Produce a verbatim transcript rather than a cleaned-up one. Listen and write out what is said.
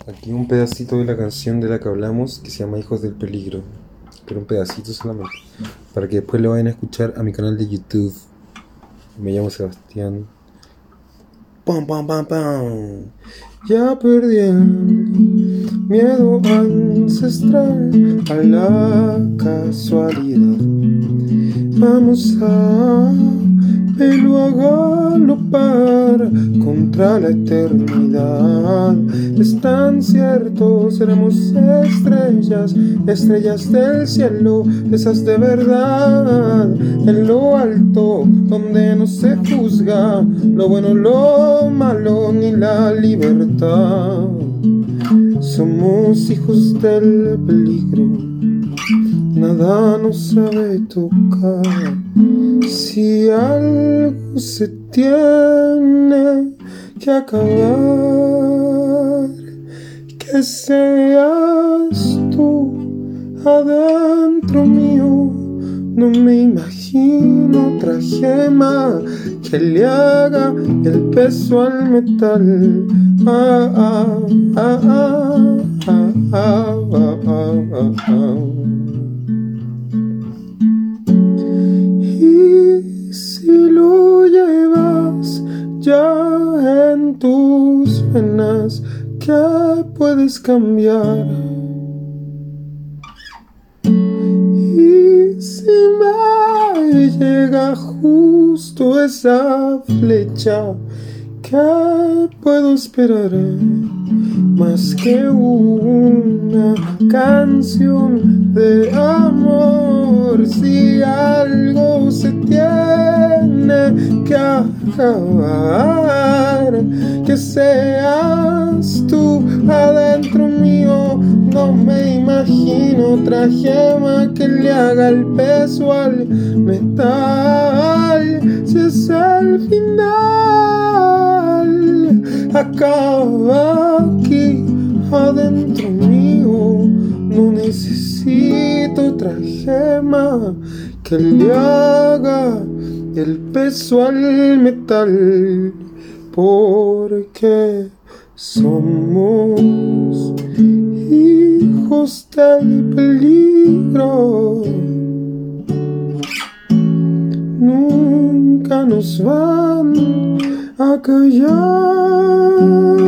Aquí un pedacito de la canción de la que hablamos que se llama Hijos del Peligro, pero un pedacito solamente, para que después lo vayan a escuchar a mi canal de YouTube. Me llamo Sebastián. Pam, pam, pam, pam. Ya perdí el miedo ancestral a la casualidad. Vamos a verlo a galopar contra la eternidad. Es tan cierto, seremos estrellas, estrellas del cielo, esas de verdad, en lo alto, donde no se juzga lo bueno, lo malo, ni la libertad. Somos hijos del peligro, nada nos sabe tocar. Si algo se tiene que acabar, que seas tú adentro mío. No me imagino otra gema que le haga el peso al metal. Ah, ah, ah, ah, ah, ah, ah, ah, ah. Y si lo llevas ya en tus venas, ¿qué puedes cambiar? Y si me llega justo esa flecha, ¿qué puedo esperar? Más que una canción de amor. Si algo se tiene que acabar, que seas tú adentro mío. No me imagino otra gema que le haga el peso al metal. Si es el final, acaba aquí adentro mío. No necesito otra gema que le haga el peso al metal, porque somos hijos del peligro. Nunca nos van a callar.